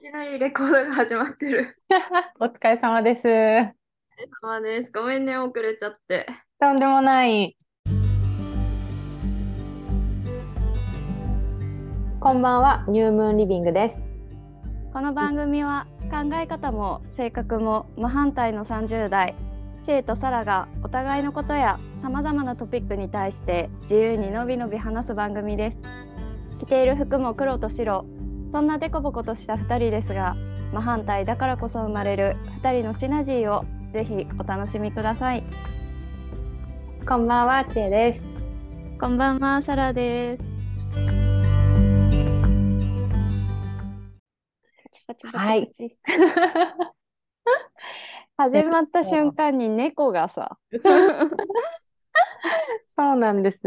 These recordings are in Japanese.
いきなりレコードが始まってる。 お疲れ様です。 お疲れ様です。ごめんね、遅れちゃって。 とんでもない。こんばんは、ニュームーンリビングです。 この番組は考え方も性格も真反対の30代、チェイとサラがお互いのことやさまざまなトピックに対して自由にのびのび話す番組です。着ている服も黒と白、そんなデコボコとした2人ですが、真反対だからこそ生まれる2人のシナジーをぜひお楽しみください。 こんばんは、チェです。 こんばんは、サラです。パチパチパチはい。 パチ。始まった瞬間に猫がさ、 そう、そうなんです。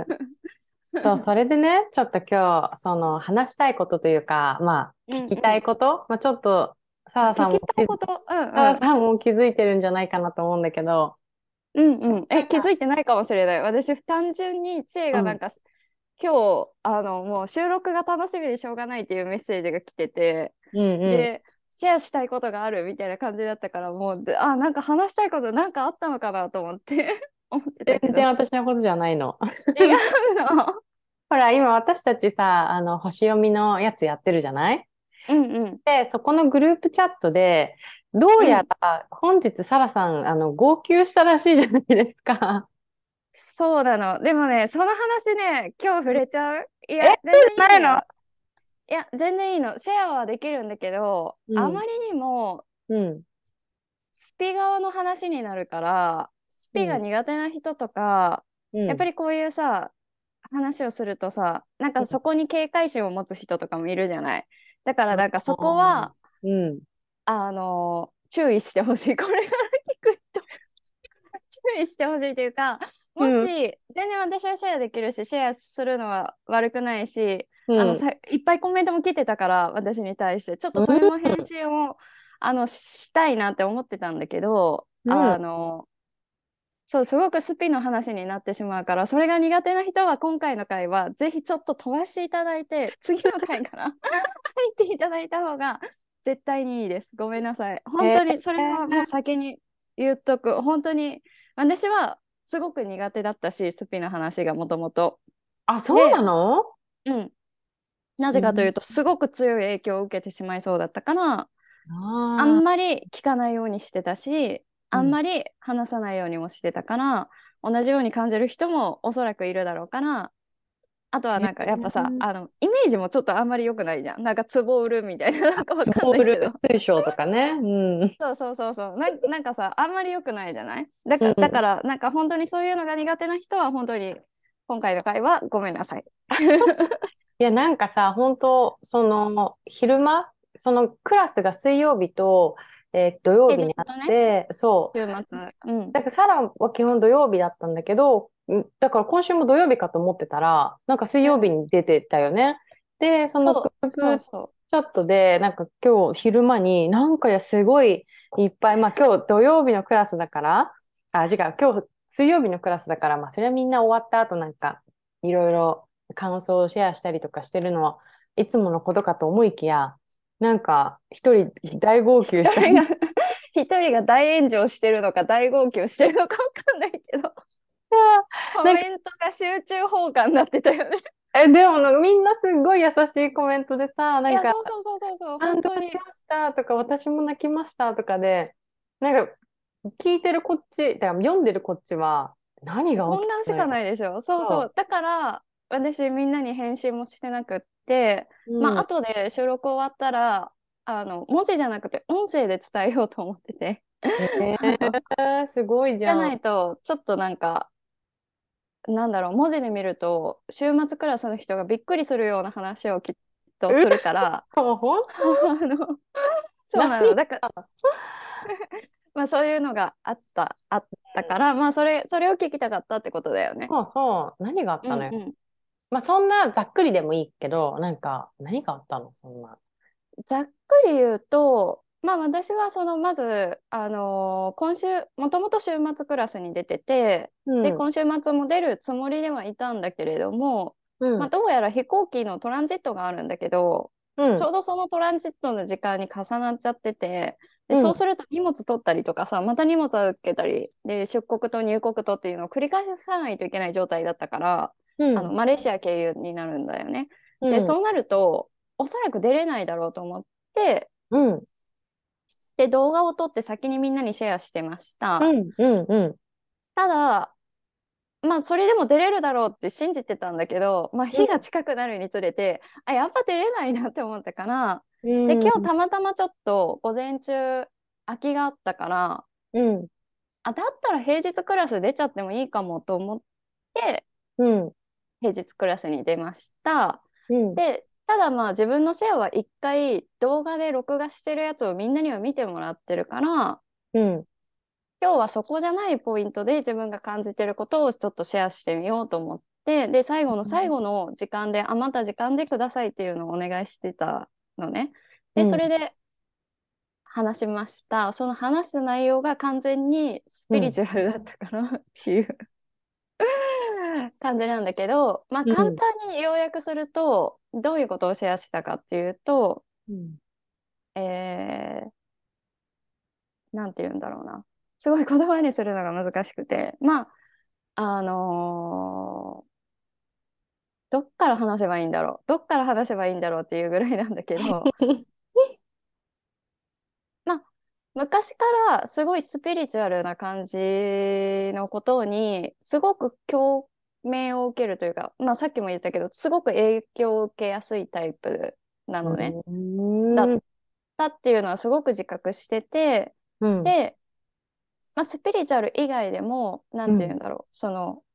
そう、それでね、ちょっと今日、話したいことというか、聞きたうんうん。 いこと、ちょっと、サあ、 ラさ聞きんも気づ、 たいこと、うんサラうん。 さんも気づいてるんじゃないかなと思うんだけど、 うんうん。気なんか、 づいてないかもしれない。私、単純に知恵うん、 がなんか、今日、もう収録が楽しみでしょうがないっていうメッセージが来てて、 うんうん。 で、シェアしたいことがあるみたいな感じだったから、もう、なんか話したいことなんかあったのかなと思って思ってたけど。 全然私のことじゃないの。 違うの。 ほら、今私たちさ、星読みのやつやってるじゃない？ うんうんで、そこのグループチャットで、どうやうん。 ら本日サラさん、号泣したらしいじゃないですか。 そうなの。でもね、その話ね、今日触れちゃう？いえ、 や、全そうじゃないの？ 然いいのよ。いや、全然いいの。シェアはできるんだけど、 うん、 あまりにもうん、 スピ側の話になるから、スピがうん、 苦手な人とか、 うん、 やっぱりこういうさ、話をするとさ、なんかそこに警戒心を持つ人とかもいるじゃない。だからなんかそこは、 うん、 注意してほしい。これから聞く人、注意してほしいというか、もし、 うん、 全然私はシェアできるし、シェアするのは悪くないし、 うん、 いっぱいコメントも来てたから、私に対して、ちょっとうん、 それも返信を、したいなって思ってたんだけど、 うん。 そう、すごくスピの話になってしまうから、それが苦手な人は今回の回は、ぜひちょっと飛ばしていただいて、次の回から入っていただいた方が絶対にいいです。ごめんなさい。本え当に、それはもうー、 先に言っとく。本当に、私はすごく苦手だったし、スピの話がもともと。 あ、そうなで、 の？ うん。なうん。 ぜかというと、すごく強い影響を受けてしまいそうだったから、あああ、 んまり聞かないようにしてたし、 うん。 あんまり話さないようにもしてたから、同じように感じる人もおそらくいるだろうから、あとはえなんかやっぱさ、 ー、 イメージもちょっとあんまり良くないじゃん。なんか壺売るみたいな、なんかわかんスモールないけど。 水晶とかね。うん。 そうそうそうそう。なんかさ、あんまり良くないじゃない。だかうん。 ら、なんか本当にそういうのが苦手な人は、本当に今回の回はごめんなさい。 いや、なんかさ、本当昼間、そのクラスが水曜日と、土曜平日にあっ日とね、 て、そう。 週末。うん。 だからサラは基本土曜日だったんだけど、だから今週も土曜日かと思ってたら、なんか水曜日うん。 に出てたよね。で、そのグそう、 ループそうそチャットで、なんか今日昼間に、なんかすごいいっぱい、今日土曜日のクラスだから、違う、今日水曜日のクラスだから、それはみんな終わった後なんか、いろいろ感想をシェアしたりとかしてるのはいつものことかと思いきや、なんか一人大号う。 泣したり、 一人が一人が大炎上してるのか大号泣してるのかわかんないけど、コなんか、 メントが集中砲火になってたよね。 でもみんなすっごい優しいコメントでさ、ないや、 んか、 そうそうそうそうそう、 感動本当にしましたとか、私も泣きましたとかで、なんか、聞いてるこっち、だから読んでるこっちは、何が起混乱しかきたのよ。 ないでしょ。そうそそう。だから、私みんなに返信もしてなくって、 う。うん。 後で収録終わったら、文字じゃなくて音声で伝えようと思ってて。 えあの、 すごいじじゃゃん。 ないと、ちょっとなんか、なんだろう、文字で見ると、週末クラスの人がびっくりするような話をきっとうするから、 そ、本あの、 当？何？ そうなの。だから、まあそういうのがあったから、まあそれを聞きたかったってことだよね。 そうそう。何があったのよ。 うんうん。 そんなざっくりでもいいけど、なんか、何があったのそんな。 ざっくり言うと、まあ私はまず、今週、もともと週末クラスに出てて、で、 うん。 今週末も出るつもりではいたんだけれども、 うん。 まあどうやら飛行機のトランジットがあるんだけど、 うん。 ちょうどそのトランジットの時間に重なっちゃってて、で、 うん。 そうすると荷物取ったりとかさ、また荷物預けたり、で、出国と入国とっていうのを繰り返さないといけない状態だったから、 うん。 マレーシア経由になるんだよね。で、 うん。 そうなると、おそらく出れないだろうと思って、 うん。 で、動画を撮って先にみんなにシェアしてました。 うん。うん。うん。 ただ、まあ、それでも出れるだろうって信じてたんだけど、まあ、日が近くなるにつれて、あ、やっぱ出れないなって思ったから、で、 うん。 今日たまたまちょっと午前中空きがあったから、 うん。 あ、だったら平日クラス出ちゃってもいいかもと思って、 うん。 平日クラスに出ました。 うん。 で、ただまあ自分のシェアは一回動画で録画してるやつをみんなには見てもらってるから、 うん。 今日はそこじゃないポイントで自分が感じてることをちょっとシェアしてみようと思って、で、最後の最後の時間で、余った時間でくださいっていうのをお願いしてたのね。で、そうん。 れで話しました。その話した内容が完全にスピリうん。 チュアルだったかなっていう感じなんだけど、まあ簡うん。 単に要約すると、どういうことをシェアしたかっていうと、 うん。 えなんて言うんだろうな。すごい言葉にするのが難しくて、まあ、どっから話せばいいんだろう。どっから話せばいいんだろうっていうぐらいなんだけど、まあ、昔からすごいスピリチュアルな感じのことに、すごく共鳴を受けるというか、まあさっきも言ったけど、すごく影響を受けやすいタイプなうのね。だっん。 たっていうのはすごく自覚してて、 うん。 で、まあ、スピリチュアル以外でも、なんて言うん。 うんだろう、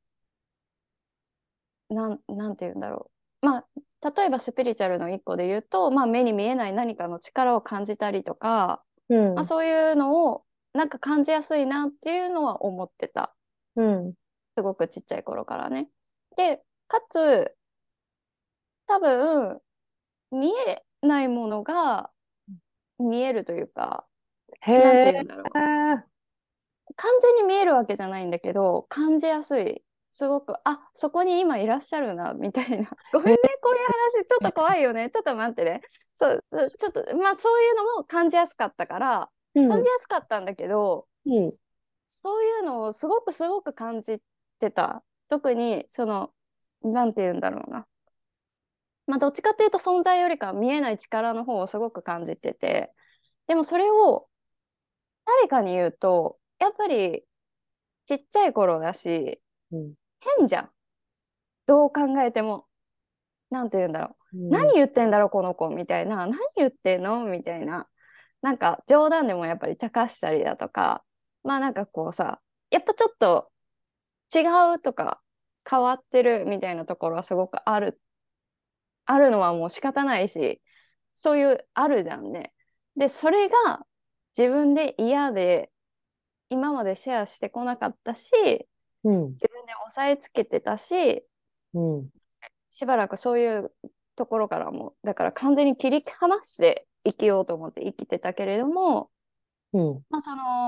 なんて言うんだろう。まあ、例えばスピリチュアルの一個で言うと、まあ、目に見えない何かの力を感じたりとか、まあ、 うん。 そういうのをなんか感じやすいなっていうのは思ってた。 うん。 すごくちっちゃい頃からね。で、かつ、多分、見えないものが見えるというか、 へなんてえ。 言うんだろう。完全に見えるわけじゃないんだけど、感じやすい。すごく、あ、そこに今いらっしゃるな、みたいな。ごめんね、 へえ。 こういう話、ちょっと怖いよね。ちょっと待ってね。ちょっと、まあ、そういうのも感じやすかったから、 うん。 感じやすかったんだけど、 うん。 そういうのをすごく感じてた。特に、なんて言うんだろうな。まあ、どっちかっていうと、存在よりかは見えない力の方をすごく感じてて、でもそれを誰かに言うと、やっぱりちっちゃい頃だし、 うん。 変じゃん。どう考えても。なんて言うんだろう。何うん。 言ってんだろう、この子みたいな。何言ってんのみたいな。なんか冗談でもやっぱり茶化したりだとか、まあなんかこうさ、やっぱちょっと違うとか変わってるみたいなところはすごくあるのはもう仕方ないし、そういうあるじゃんね。で、それが自分で嫌で今までシェアしてこなかったし、 うん。 自分で押さえつけてたし、 うん。 しばらくそういうところからも、だから完全に切り離して生きようと思って生きてたけれども、 うん。 まあ、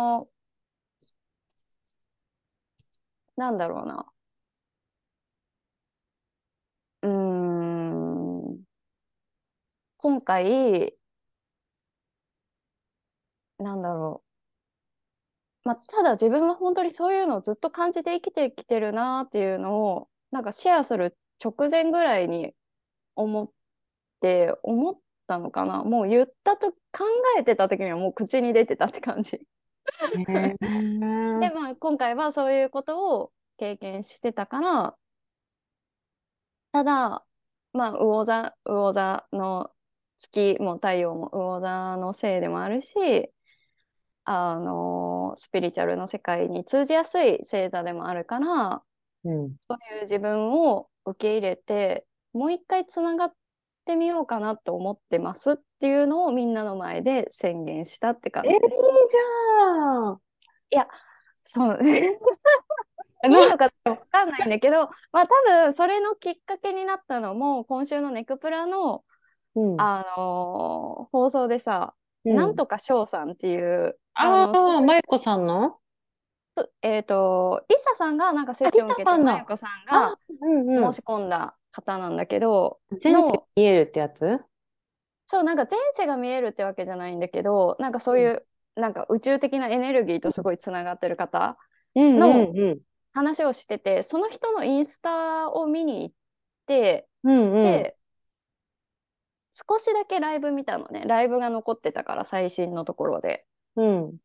なんだろうな。うーん、今回、なんだろう。まあ、ただ自分は本当にそういうのをずっと感じて生きてきてるなっていうのを、なんかシェアする直前ぐらいに思ったのかな。もう言ったと考えてた時にはもう口に出てたって感じ。 へえ。 で、まあ、今回はそういうことを経験してたから、ただ、まあ、魚座の月も太陽も魚座のせいでもあるし、スピリチュアルの世界に通じやすい星座でもあるから、 うん。 そういう自分を受け入れて、もう一回つながってみようかなと思ってますっていうのをみんなの前で宣言したっていい感じ。 じゃん。 いや、そう。いいな、 のかわかんないんだけど、まあ多分それのきっかけになったのも、今週のネクプラの、 うん。 放送でさ、 うん。 なんとか翔さんっていう、 ああ、 すごい、 まゆこさんの。 リサさんがなんかセッあ、りション受けて、 ささんの。 まゆこさんあ、 がうんうん。 申し込んだ方なんだけど、 前世見えるってやつ。 そうなんか前世が見えるってわけじゃないんだけど、なんかそううんいうなんか宇宙的なエネルギーとすごいつながってる方うんうのんうん話をしてて、その人のインスタを見に行って、 うんうんで、少しだけライブ見たのね。ライブが残ってたから最新のところで。 うん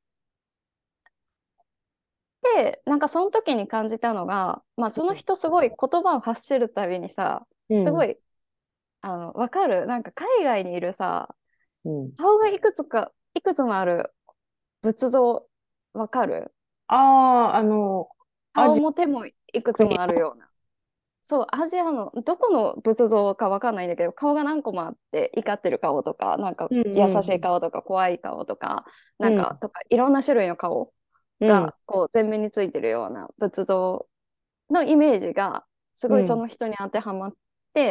で、なんかその時に感じたのが、まあその人すごい言葉を発してるたびにさ、 うんすごい、わかるなんか海外にいるさ、 うん顔がいくつもある仏像、わかるああー、アジ顔も手もいくア国つもあるような。そう、アジアのどこの仏像かわかんないんだけど、顔が何個もあって、怒ってる顔とか、なんかうん優しいうん顔とか、怖い顔とか、 うん。 いろんな種類の顔うん、 がこう前面についてるような仏像のイメージが、すごいそうん、 の人に当てはまって、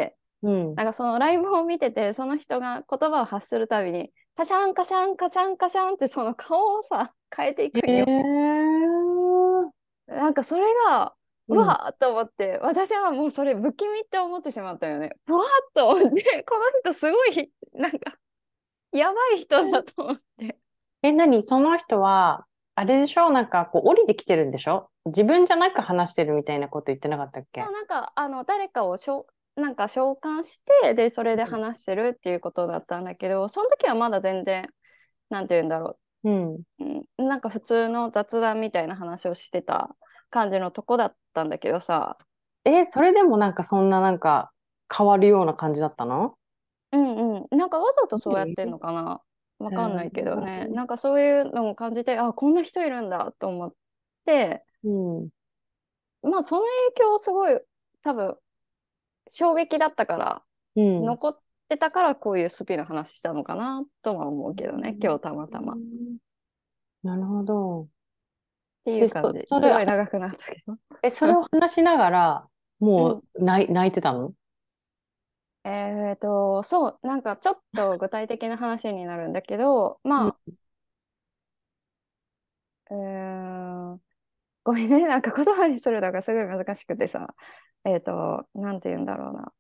うん。 なんかそのライブを見てて、その人が言葉を発するたびに、カシャンカシャンカシャンカシャンってその顔をさ、変えていくんへよ。 え。 なんかそれが、ううん。 わーっと思って、私はもうそれ不気味って思ってしまったよね。ふわーっと思って、この人すごい、なんか、やばい人だと思って。 何その人は、あれでしょなんか、こう、降りてきてるんでしょ自分じゃなく話してるみたいなこと言ってなかったっけ？ 誰かをなんか召喚して、で、それで話してるっていうことだったんだけど、その時はまだ全然、なんて言うんだろうん。うん。 う。なんか普通の雑談みたいな話をしてた感じのとこだったんだけどさ、 それでもなんかそんななんか変わるような感じだったの？ うんうん。なんかわざとそうやってんうん。 のかなわへかんないけどね。 え。 なんかそういうのを感じて、あ、こんな人いるんだと思って、 うん。 まあその影響すごい多分衝撃だったから、 うん。 残ってたからこういうスピの話したのかなとは思うけどね。今日たまたま。っなるほど。 ていで、 う感じ。 それ、 すごい長くなったけど。 それを話しながら、 うん。 もう泣いてたの？ そう、なんかちょっと具体的な話になるんだけど、 うん。 まあ、ごめんね、なんか言葉にするのがすごい難しくてさ、なんて言うんだろうな。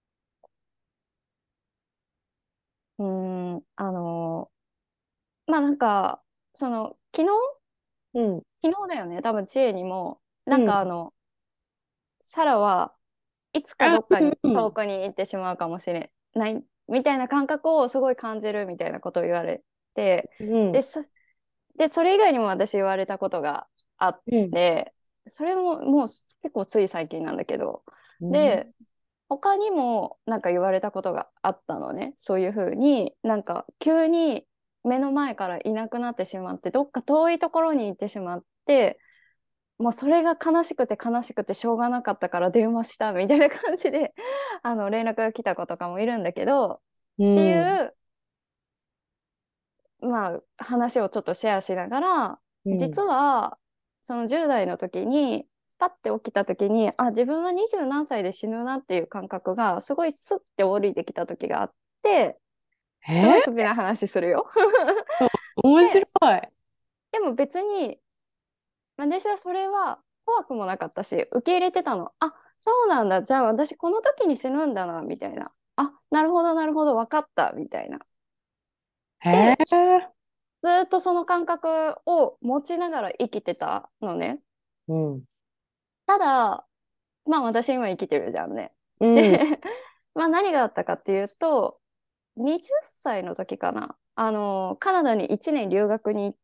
うーん、まあなんか、 うん。 昨日だよね、多分知恵にも、 うん。 サラはいつかあ、 どっかにうん。 遠くに行ってしまうかもしれないみたいな感覚をすごい感じるみたいなことを言われて、 うん。 で、それ以外にも私言われたことがあっうん。 て、それももう結構つい最近なんだけど、 うん。 で、他にもなんか言われたことがあったのね。そういうふうになんか急に目の前からいなくなってしまって、どっか遠いところに行ってしまって、もうそれが悲しくて悲しくてしょうがなかったから電話したみたいな感じで連絡が来た子とかもいるんだけど、 うっていん。 う、まあ、話をちょっとシェアしながら、実うん。 はその10代の時にパッて起きた時に、あ、自分は20何歳で死ぬなっていう感覚がすごいスッて降りてきた時があって、すごいスピな話するよ。 面白で、 い。 でも別に私はそれは怖くもなかったし、受け入れてたの。あ、そうなんだ。じゃあ私この時に死ぬんだな、みたいな。あ、なるほど、なるほど、分かった、みたいな。 へで、 え。 ずーっとその感覚を持ちながら生きてたのね。 うん。 ただ、まあ私今生きてるじゃんね。 うで、 ん。 まあ何があったかっていうと、20歳の時かな。カナダに1年留学に行って、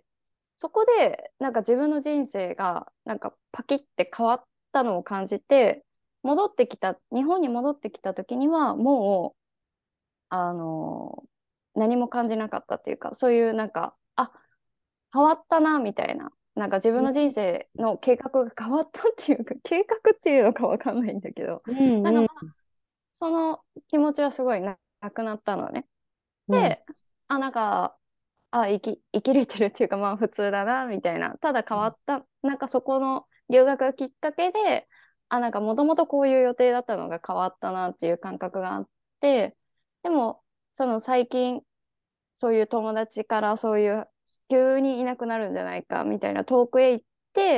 そこでなんか自分の人生がなんかパキって変わったのを感じて、日本に戻ってきた時にはもう、あの何も感じなかったっていうか、そういうなんか、あ、変わったな、みたいな。なんか自分の人生の計画が変わったっていうか、計画っていうのかわかんないんだけど、なんかうん。 まあ、その気持ちはすごいなくなったのね。 うん。 で、なんか、生きれてるっていうか、まあ普通だな、みたいな。ただ変わった、なんかそこの留学がきっかけで、なんかもともとこういう予定だったのが変わったなっていう感覚があって、でも、その最近、そういう友達からそういう急にいなくなるんじゃないかみたいな遠くへ行って、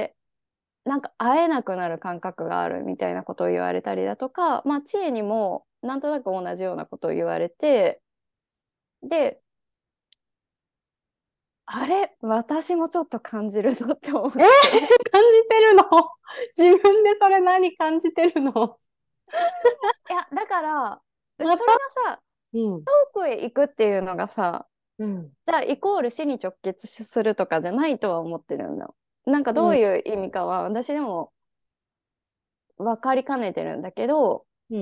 なんか会えなくなる感覚があるみたいなことを言われたりだとか、まあ知恵にもなんとなく同じようなことを言われて、 で、あれ、私もちょっと感じるぞって思っえー、 て。 感じてるの？自分でそれ何感じてるの？ いや、だから、それがまた。 さ、 うん。 遠くへ行くっていうのがさ、 うん。 じゃあイコール死に直結するとかじゃないとは思ってるんだ。なんかどうん。 ういう意味かは私でも分かりかねてるんだけど、 うん。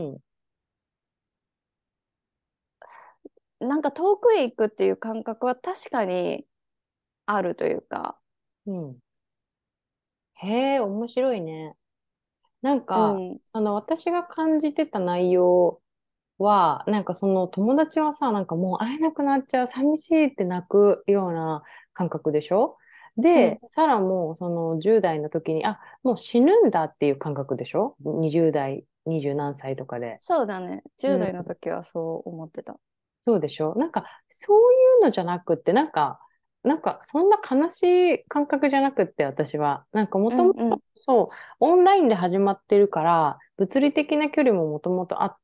なんか遠くへ行くっていう感覚は確かにあるというか、 うん。へえ、面白いね。なんか、 うん、 その私が感じてた内容は、なんかその友達はさ、なんかもう会えなくなっちゃう、寂しいって泣くような感覚でしょ？ うん、 で、サラもその10代の時に、あ、もう死ぬんだっていう感覚でしょ？ 20 代、20何歳とかで。 そうだね。10 うん。 代の時はそう思ってた。 そうでしょ？なんか、そういうのじゃなくって、なんか、そんな悲しい感覚じゃなくって、私は。なんか、もともと、 うんうん。 そう、オンラインで始まってるから、物理的な距離ももともとあって、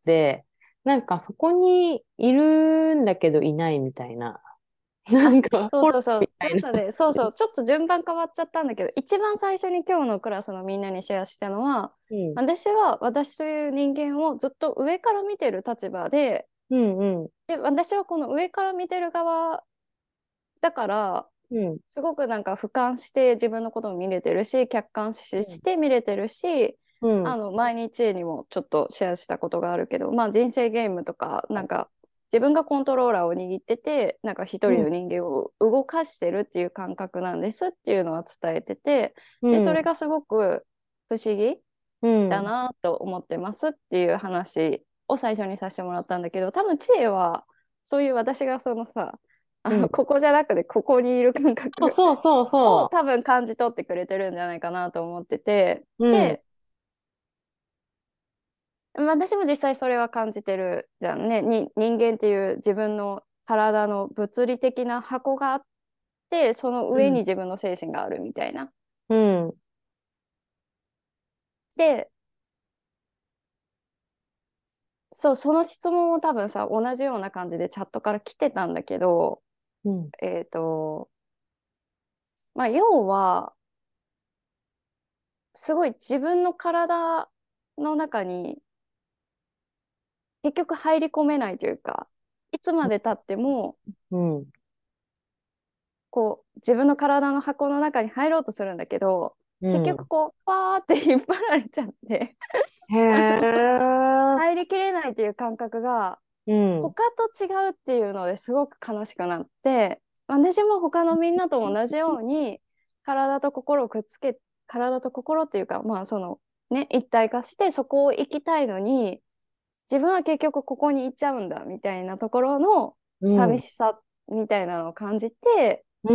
なんか、そこにいるんだけどいないみたいな。なあ、 んか、 そうホラーそうそう。 みたいな。 なので、そうそう。ちょっと順番変わっちゃったんだけど、一番最初に今日のクラスのみんなにシェアしたのは、 うん、 私は私という人間をずっと上から見てる立場で、 うん、うん、 で、私はこの上から見てる側だから、 うん、 すごくなんか俯瞰して自分のことも見れてるし、客観視して見れてるし、 うん、 毎日にもちょっとシェアしたことがあるけど、まあ人生ゲームとか、なんか自分がコントローラーを握ってて、なんか一うん、 人の人間を動かしてるっていう感覚なんですっていうのは伝えてて、で、そうん、 れがすごく不思議うん、 だなと思ってますっていう話を最初にさせてもらったんだけど、多分知恵はそういう私がそのさ、 うん。 ここじゃなくてここにいる感そう覚そうそうそを多分感じ取ってくれてるんじゃないかなと思ってて、 う。うん、 で、私も実際それは感じてるじゃんね。人間っていう自分の体の物理的な箱があって、そのうん、 上に自分の精神があるみたいな。 うん、 で、そう、その質問も多分さ、同じような感じでチャットから来てたんだけど、 うん、 えっと、まあ、要は、すごい自分の体の中に結局入り込めないというか、いつまで経っても、 うん、 こう、自分の体の箱の中に入ろうとするんだけど、結うん。 局こう、パーって引っ張られちゃって、 へあのえ。 入りきれないっていう感覚が、 うん。 他と違うっていうのですごく悲しくなって、私も他のみんなと同じように、体と心をくっつけ、体と心っていうか、まあその、ね、一体化してそこを行きたいのに、自分は結局ここに行っちゃうんだみたいなところのうん。 寂しさみたいなのを感じて、 うん。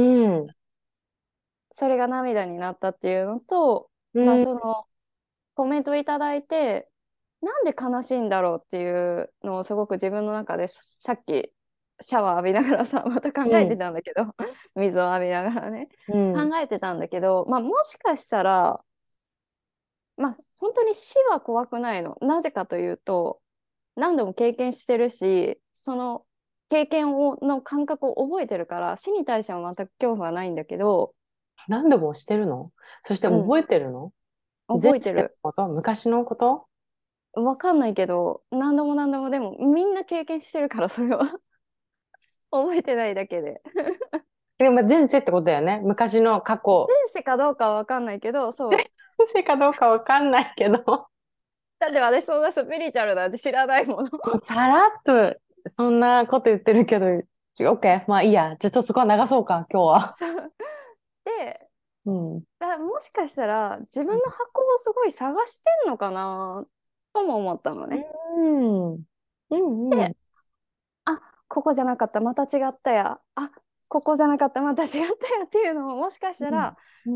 それが涙になったっていうのと、まあうん。 そのコメントいただいて、なんで悲しいんだろうっていうのをすごく自分の中でさっきシャワー浴びながらさ、また考えてうん。 たんだけど、水を浴びながらね、 うん。 考えてたんだけど、まあもしかしたら、まあ本当に死は怖くないの。なぜかというと、何度も経験してるし、その経験の感覚を覚えてるから、死に対しては全く恐怖はないんだけど、 何度もしてるの？そしてうん、 覚えてるの？前世の覚えてる。 こと？昔のこと？ わかんないけど、何度も何度も、でもみんな経験してるから、それは覚えてないだけで。 でも前世ってことだよね。昔の過前去。 世かどうかはわかんないけど、そう。 前世かどうかわかんないけど。 だって私そんなスピリチュアルなんて知らないもの。 もうさらっとそんなこと言ってるけど、オッケー。まあいいや。じゃあちょっとそこは流そうか、今日は。 そうで、 うん。 もしかしたら自分の箱をすごい探してんのかなとも思ったのうね。 ん。うん。うで、 ん。 あ、ここじゃなかった、また違ったや。あ、ここじゃなかった、また違ったやっていうのをもしかしたらうん。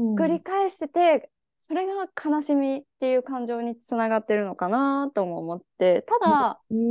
繰り返してて、それが悲しみっていう感情につながってるのかなとも思って、ただ、 うん。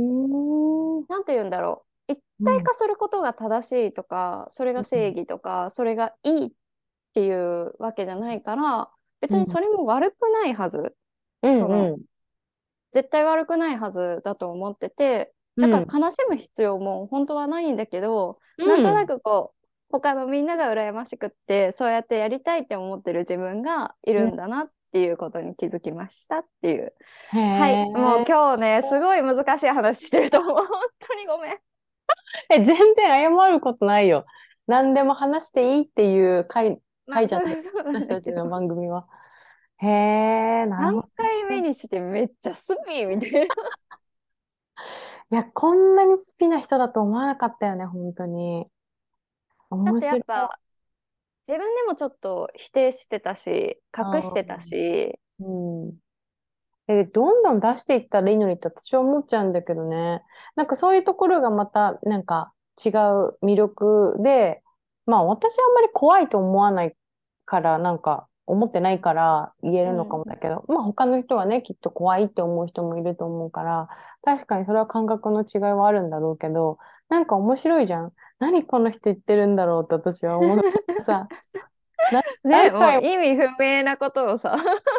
なんて言うんだろう。一うん。 体化することが正しいとか、それが正義とか、それがいいっていうわけじゃないから、別うん。 にそれも悪くないはず。 うん。 その、 うん。 絶対悪くないはずだと思ってて、 うん。 だから悲しむ必要も本当はないんだけど、 うなんとなん。 くこう、他のみんなが羨ましくって、そうやってやりたいって思ってる自分がいうん。 るんだなっていうことに気づきましたっていう。 へはい、もうえ。 今日ね、すごい難しい話してると思う。本当にごめん。 全然謝ることないよ。何でも話していいっていうまあ、 回じゃない。 そうなん私たちのだけど、 番組は。へえ、なる 3 ほど回目ね。 にしてめっちゃスピーみたいな。 いや、こんなに好きな人だと思わなかったよね、本当に。 だってや面白い。 っぱ自分でもちょっと否定してたし、隠してたあし、 ーうん。どんどん出していったらいいのにって私は思っちゃうんだけどね。なんかそういうところがまたなんか違う魅力で、まあ私はあんまり怖いと思わないから、なんか思ってないから言えるのかうん、 もだけど、まあ他の人はね、きっと怖いって思う人もいると思うから、確かにそれは感覚の違いはあるんだろうけど、なんか面白いじゃん。何この人言ってるんだろうって私は思うさ、な、 ね、もう何回も意味不明なことをさ。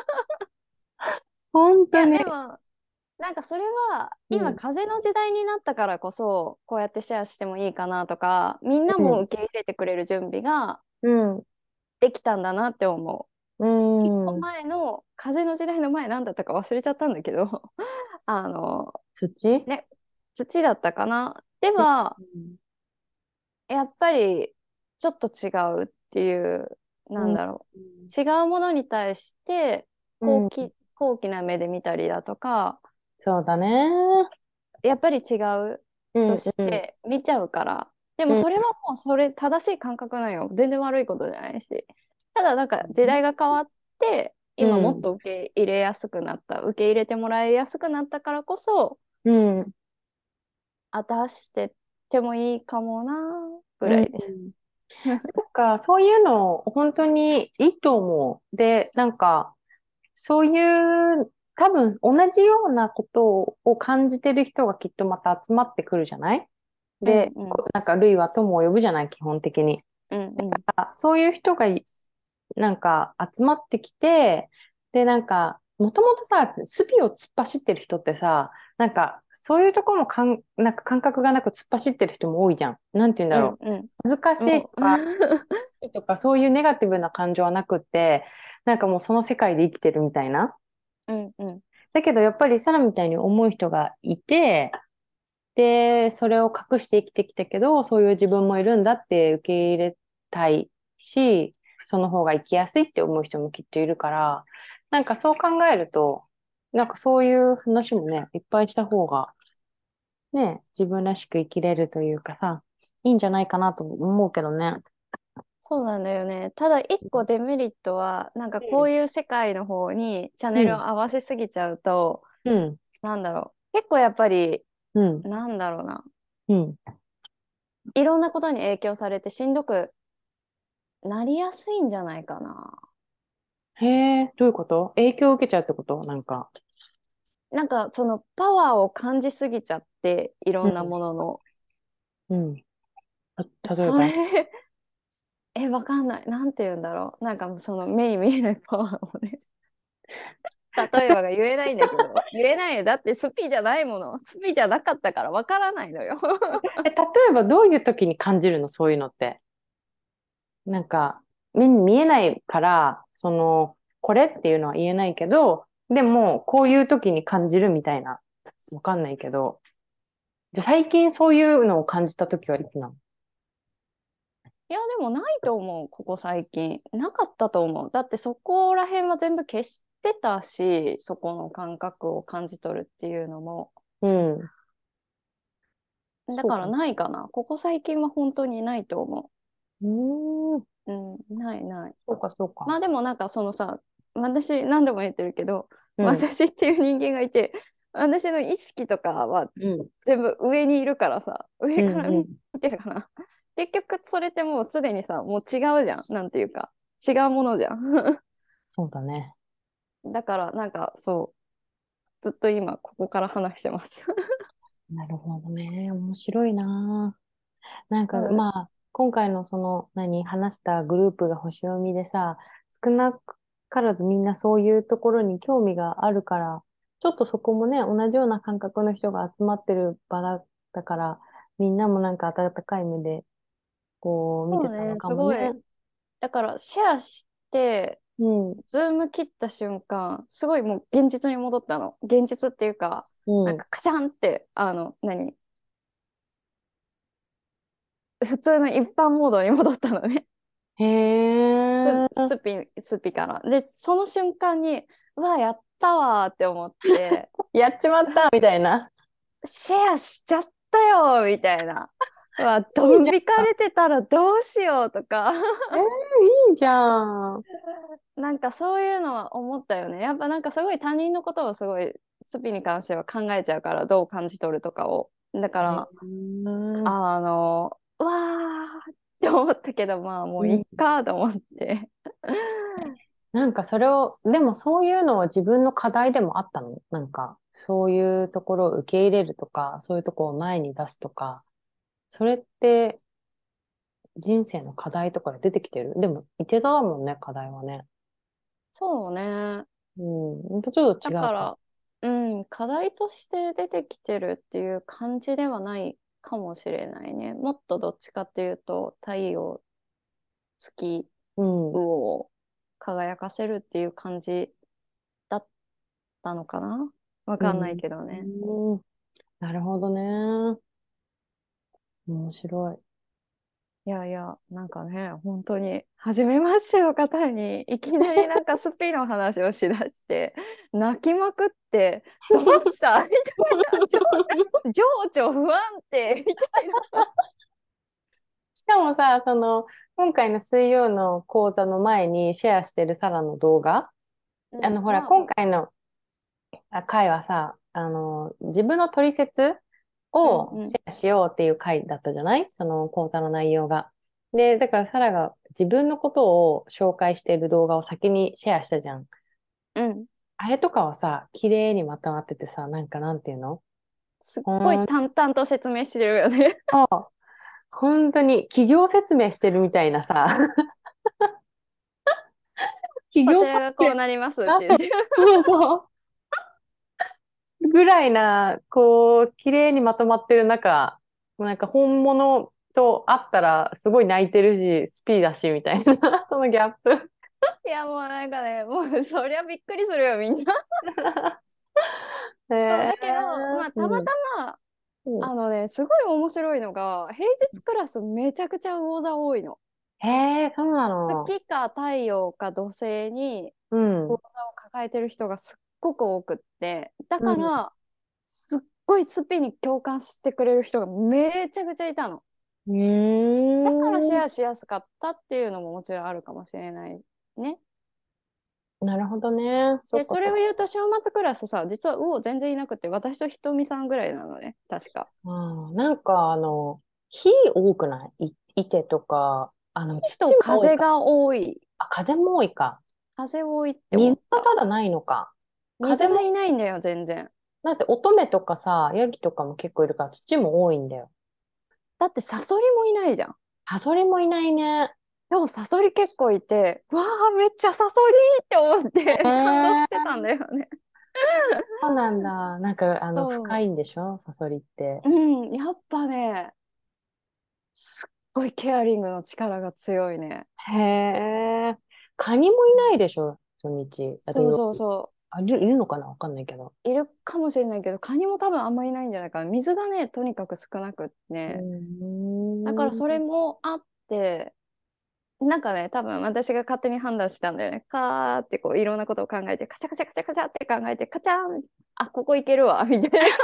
いや、 本当に、 でも、なんかそれは今うん、 風の時代になったからこそこうやってシェアしてもいいかなとか、みんなうん、 も受け入れてくれる準備がうん、 できたんだなって思う。 う一個ん。 前の風の時代の前なんだったか忘れちゃったんだけど、あの土ね、土だったかなでうはん。 やっぱりちょっと違うっていう、 うん。 なんだろう、違うものに対してうん。 高貴な目で見たりだとか、 そうだね。 やっぱり違ううん。 としうん。 て見ちゃうから。でうん。 もそれはもうそれ正しい感覚なんよ。全然悪いことじゃないし。ただなんか時代が変わって、 うん。 今もっと受け入れやすくなった、受け入れてもらいやすくなったからこそ、 うん。 出してってもいいかもなぐうん。 らいです。 なんか、そういうの、本当にいいと思う。で、なんか、そういう、多分、同じようなことを感じてる人がきっとまた集まってくるじゃないで、 うんうんなんか、類は友を呼ぶじゃない、基本的に。 うんうん。 そういう人がなんか集まってきて、で、なんか、もともとさ、スピを突っ走ってる人ってさ、なんか、そういうとこもなんか感覚がなく突っ走ってる人も多いじゃん。なんて言うんだろうんうう。難しん。もういとか、好きとか、そういうネガティブな感情はなくって、なんかもうその世界で生きてるみたいな。 うんうん。 だけど、やっぱりサラみたいに思う人がいて、で、それを隠して生きてきたけど、そういう自分もいるんだって受け入れたいし、その方が生きやすいって思う人もきっといるから、なんかそう考えると、なんかそういう話もね、いっぱいした方が、ね、自分らしく生きれるというかさ、いいんじゃないかなと思うけどね。 そうなんだよね。ただ一個デメリットは、なんかこういう世界の方にチャネルをうん、 合わせすぎちゃうと、 うん、 なんだろう。結構やっぱり、 うん、 なんだろうな。 うん。 いろんなことに影響されてしんどくなりやすいんじゃないかな。 へえ、どういうこと影響を受けちゃうってことなんか。 なんかそのパワーを感じすぎちゃって、いろうん、 んなものの。 うん。例えそればわかんない。なんて言うんだろう。なんかもうその目に見えないパワーをね。例えばが言えないんだけど、言えないよ。だってスピじゃないもの。スピじゃなかったからわからないのよ。 例えばどういう時に感じるのそういうのって。なんか、目に見えないから、これっていうのは言えないけど、でも、こういう時に感じるみたいな、わかんないけど、で最近そういうのを感じた時はいつなの？ いや、でもないと思う、ここ最近。なかったと思う。だってそこら辺は全部消してたし、そこの感覚を感じ取るっていうのも。 うん。 だそうかな。 からないかな。ここ最近は本当にないと思うーん。 う。うん、ないない。 そうか、そうか。 まあでもなんかそのさ、私何度も言ってるけど、 うん。 私っていう人間がいて、私の意識とかはうん。 全部上にいるからさ、 う上から見んうん。 てるから、結局それってもうすでにさ、もう違うじゃん。なんていうか、違うものじゃん。 そうだね。 だからなんかそう、ずっと今ここから話してます。 なるほどね。面白いな。なんか、 うん、 まあ、今回の話したグループが星読みでさ、少なからずみんなそういうところに興味があるから、ちょっとそこもね、同じような感覚の人が集まってる場だだから、みんなもなんか温かい目で、こう、見てたのそうね、 かもね。 すごい。だからシェアして、 うん、 ズーム切った瞬間、すごいもう現実に戻ったの。現実っていうか、 うん。 なんかカシャンって、普通の一般モードに戻ったのね。 へえ、 スピから。で、その瞬間に、うわ、やったわーって思って、 やっちまったみたいな。 シェアしちゃったよみたいな。うわ、ドいいじゃン引かれてたらどうしようとか。 ん。いいじゃん。 なんかそういうのは思ったよね。やっぱなんかすごい他人のことをすごいスピに関しては考えちゃうから、どう感じ取るとかを。だかへら、 え、 うわーって思ったけど、まあもういっうん。 かと思って。 なんかそれを、でもそういうのは自分の課題でもあったの？なんか、そういうところを受け入れるとか、そういうところを前に出すとか、それって人生の課題とかで出てきてる？でも、いて座だもんね、課題はね。 そうね。 うん、ほんとちょっと違うか。 だから、うん、課題として出てきてるっていう感じではないかもしれないね。もっとどっちかっていうと、太陽、月、 うん。 魚を輝かせるっていう感じだったのかな。わかんないうん。 けどね。 うん、なるほどね。面白い。 いやいや、なんかね、本当に、初めましての方に、いきなりなんかスピの話をしだして、泣きまくって、どうしたみたいな、情緒不安定みたいなさ。 しかもさ、その、今回の水曜の講座の前にシェアしてるサラの動画、ほら、 まあ、 今回の回はさ、自分の取説をうん。 シェアしようっていう回だったじゃない？その講座の内容が。で、だからサラが自分のことを紹介している動画を先にシェアしたじゃん。 うん。 あれとかはさ、綺麗にまとまっててさ、なんかなんていうの？ すっごいほん淡々と説明してるよね。 と、本当に企業説明してるみたいなさ、企こち業らがこう説明なりますっだと、 て言って。 そうそうぐらいな、こう、綺麗にまとまってる中、なんか本物と会ったらすごい泣いてるし、スピーだし、みたいな、そのギャップ。 いや、もうなんかね、もうそりゃびっくりするよ、みんな。 へそう、 え、 だけど、まあ、たまうん、 たま、 うん。 すごい面白いのが、平日クラスめちゃくちゃ魚座多いの。 へえ、そうなの。 月か太陽か土星にうん、 魚座を抱えてる人がすっごく多くって、だうん、 から、すっごいスピに共感してくれる人がめちゃくちゃいたの。 うだからシーん。 ェアしやすかったっていうのももちろんあるかもしれないね。 なるほどね。そで、 っかそっか。 それを言うと、週末クラスさ、実は全然いなくて、私とひとみさんぐらいなのね、確か。 なんか、火多くない？いてとか、土とも多いか。 風が多い。 あ、風も多いか。 風多いって思水った。 がただないのか。風も、 水がいないんだよ、全然。 だって乙女とかさ、ヤギとかも結構いるから土も多いんだよ。 だってサソリもいないじゃん。 サソリもいないね。 でもサソリ結構いて、わあ、めっちゃサソリって思っえて感動してたんだー、 よね。 そうなんだ。なんか、深そいんでしょサソリって。 う。うん、やっぱね、すっごいケアリングの力が強いね。 へえ。カニもいないでしょ土日。あ、土そう曜日。 そうそあ、いるのかなわかんないけど。 う。いるかもしれないけど、カニも多分あんまりいないんじゃないかな。水がね、とにかく少なくっうて。だからそれーん。 もあって、なんかね、多分私が勝手に判断したんだよね。カーってこういろんなことを考えて、カチャカチャカチャカチャって考えて、カチャン、あ、ここいけるわ、みたいな。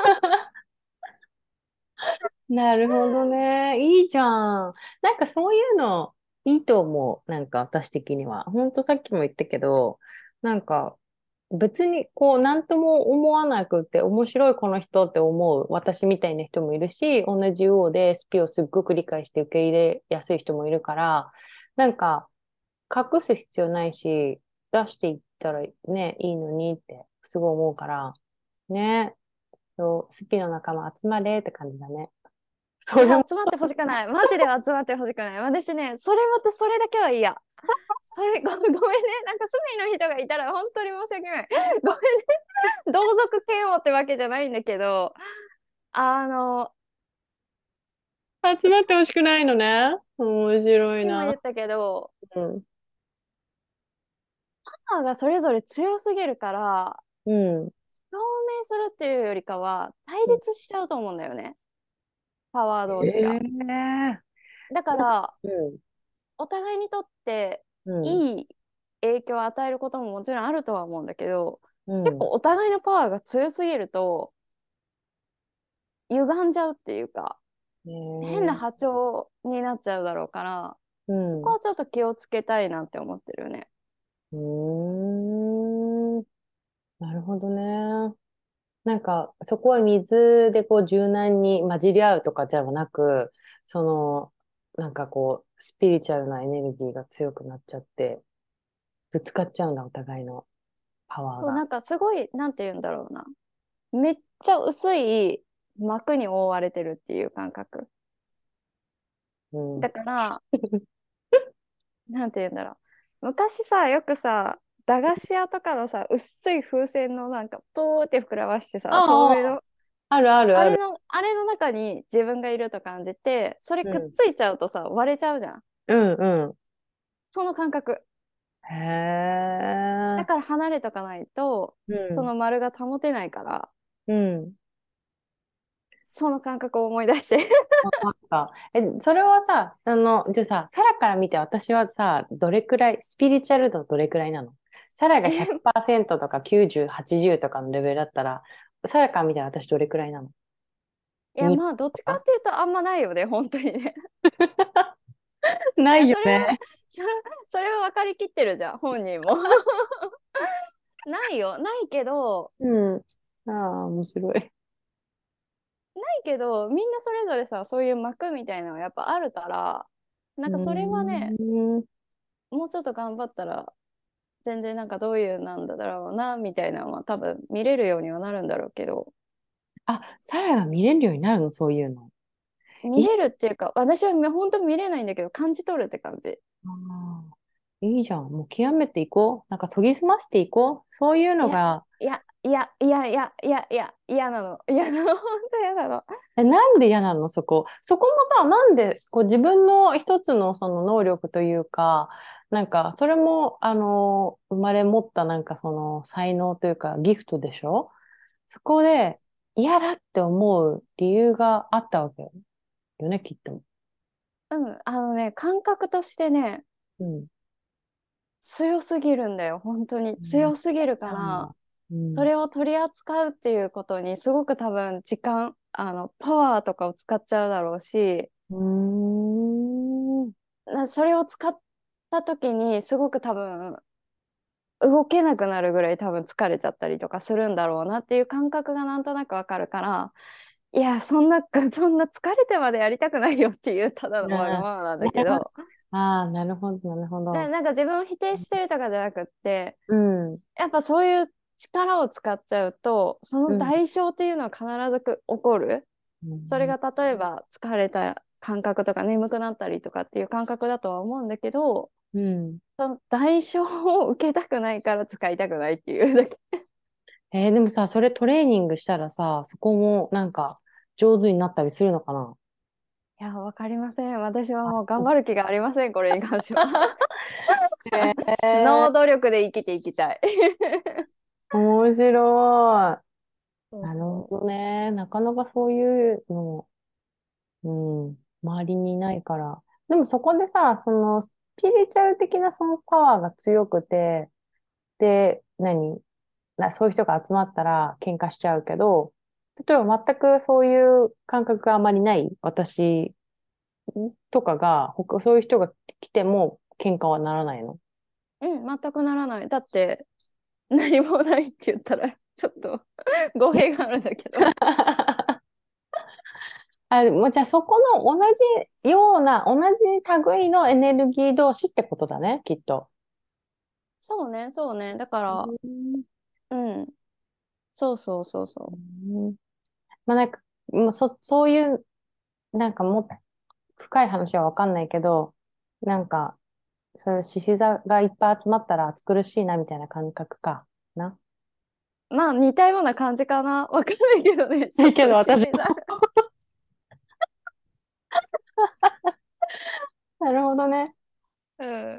なるほどね。いいじゃん。なんかそういうのいいと思う。なんか私的には。ほんとさっきも言ったけど、なんか別にこう何とも思わなくて面白いこの人って思う私みたいな人もいるし、同じ UO でスピをすっごく理解して受け入れやすい人もいるから、なんか隠す必要ないし、出していったらね、いいのにってすごい思うから、ね、そう、スピの仲間集まれって感じだね。そいや、 れも、 集まってほしくない。マジで集まってほしくない。私ね、それだけは嫌。ごめんね。なんか、スミの人がいたら本当に申し訳ない。ごめんね。同族嫌悪ってわけじゃないんだけど、あの、 集まってほしくないのね。面白いな。 今言ったけど、 うん。 パワーがそれぞれ強すぎるから、 うん。 共鳴するっていうよりかは、対立しちゃうと思うんだよね。パワー同士が。 ええ、 だから、 うん。 お互いにとってうん。 いい影響を与えることももちろんあるとは思うんだけど、 うん。 結構お互いのパワーが強すぎると、歪んじゃうっていうか、変なええ、 波長になっちゃうだろうから、 うん。 そこはちょっと気をつけたいなって思ってるよね。 うーん。なるほどね。なんか、そこは水でこう柔軟に混じり合うとかじゃなく、その、なんかこう、スピリチュアルなエネルギーが強くなっちゃって、ぶつかっちゃうんだ、お互いのパワーそう、 が。 なんかすごい、なんて言うんだろうな。めっちゃ薄い膜に覆われてるっていう感覚。 うん。 だから、なんて言うんだろう。昔さ、よくさ、駄菓子屋とかのさ、薄い風船のなんか、プーって膨らましてさ、透ああ、 明の、 あるあるある。 あれの中に自分がいると感じて、それうん。 くっついちゃうとさ、割れちゃうじゃん。 うんうその感覚。 ん。へえ。 だから離れとかないと、 うん。 その丸が保てないから、 うん。 その感覚を思い出して。 わかった。それはさ、じゃあさ、サラから見て私はさ、どれくらい、スピリチュアル度どれくらいなの？サラが100%とか90、80とかのレベルだったら、サラから見て私どれくらいなの？ いや、 2 まあ、どっちかっとか？ ていうとあんまないよね、本当にね。いや、 ないよね。 そそれは分かりきってるじゃん、本人も。ないよ、ないけど、 うん。ああ、面白い。 ないけど、みんなそれぞれさ、そういう膜みたいなのがやっぱあるから、なうんかそれはーね、 ん。 もうちょっと頑張ったら、全然なんかどういうなんだろうな、みたいなのは多分見れるようにはなるんだろうけど、 あ、サラが見れるようになるの、そういうの？いい、 見れるっていうか、私は本当見れないんだけど、感じ取るって感じ。 あいいじゃん。もう極めていこう。なんか研ぎ澄ましていこう。そういういや、 のが、 嫌なの。嫌なの。本当嫌なの。 なんで嫌なのそこ？そこもさ、なんで、こう自分の一つのその能力というか、なんか、それも、生まれ持ったなんかその才能というか、ギフトでしょ？そこで嫌だって思う理由があったわけよね、きっと。 うん、あのね、感覚としてね、 うん。 強すぎるんだよ。本当にうん、 強すぎるちゃうんだ。 から、 うん。 それを取り扱うっていうことにすごく多分時間、パワーとかを使っちゃうだろうし、 うーん。 それを使った時にすごく多分動けなくなるぐらい多分疲れちゃったりとかするんだろうなっていう感覚がなんとなくわかるから、いや、そんな疲れてまでやりたくないよっていうただのわがあままなんー、なるほど。 だけど、 ああ、なるほど、なるほど。 なんか自分を否定してるとかじゃなくって、 うん。 やっぱそういう力を使っちゃうと、そのうん。 代償っていうのは必ず起こる。 うん。 それが例えば疲れた感覚とか眠くなったりとかっていう感覚だとは思うんだけど、 うん。 その代償を受けたくないから使いたくないっていうだけ。 でもさ、それトレーニングしたらさ、そこもなんか上手になったりするのかな？ いや、わかりません。私はもう頑張る気がありません、これに関しては。 へえ、 ノー努力で生きていきたい。 面白い。 そうなるほそどね。なかなかそういうの、うん、周りにいないから。でもそこでさ、そのスピリチュアル的なそのパワーが強くて、で、そういう人が集まったら喧嘩しちゃうけど、例えば全くそういう感覚があまりない私とかが、そういう人が来ても喧嘩はならないの？ う。うん、全くならない。だって、何もないって言ったら、ちょっと語弊があるんだけど。 もうじゃあそこの同じような、同じ類のエネルギー同士ってことだね、きっと。 そうね、そうね。だかうら、 ん。 うん、そうそうそううそん、まあなんか、もうそういう、なんかもっと深い話はわかんないけど、なんか、そういう獅子座がいっぱい集まったら暑苦しいなみたいな感覚かな。 う。まあ、似たような感じかな。わかんないけどね、ちょっとだけど私も、 獅子座。 なるほどね。 うん。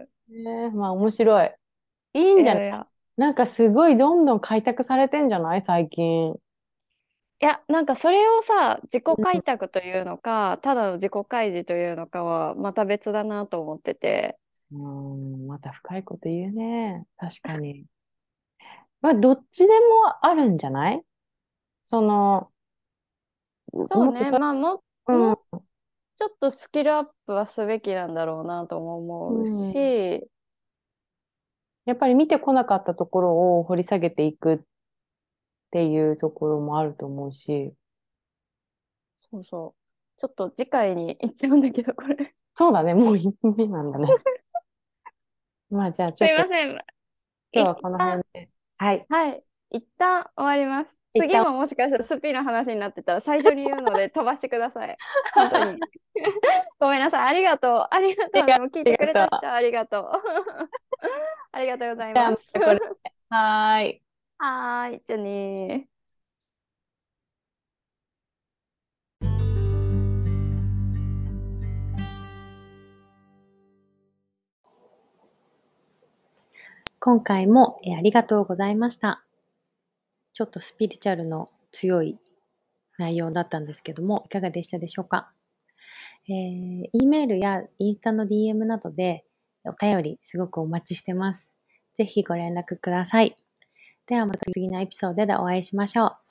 まあ面白い。いいんじゃない？ いやいや。 なんかすごいどんどん開拓されてんじゃない最近。 いや、なんかそれをさ、自己うん。 開拓というのか、ただの自己開示というのかは、また別だなと思ってて。 また深いこと言うね。確かに。まあ、どっちでもあるんじゃない？その、 そうね、 もっとさ、 まあうん、 もうちょっとスキルアップはすべきなんだろうなともう思うん。 し、 やっぱり見てこなかったところを掘り下げていくっていうところもあると思うし。 そうそう。ちょっと次回に行っちゃうんだけど、これ。 そうだね、もう一品目なんだね。まあじゃあちすょっといません。一今日はこの旦、 辺で。はい。 はい。一旦終わります。 一旦、 次ももしかしたらスピの話になってたら最初に言うので飛ばしてください。本当に。ごめんなさい。ありがとう。ありがとうね。もう聞いあてくれりがとう。 た人はありがとう。ありがとうございじゃあます。 またこれで。はーい。 はーい。じゃあねー。 今回もありがとうございました。ちょっとスピリチュアルの強い内容だったんですけども、いかがでしたでしょうか。E メールやインスタの DM などでお便りすごくお待ちしてます。ぜひご連絡ください。ではまた次のエピソードでお会いしましょう。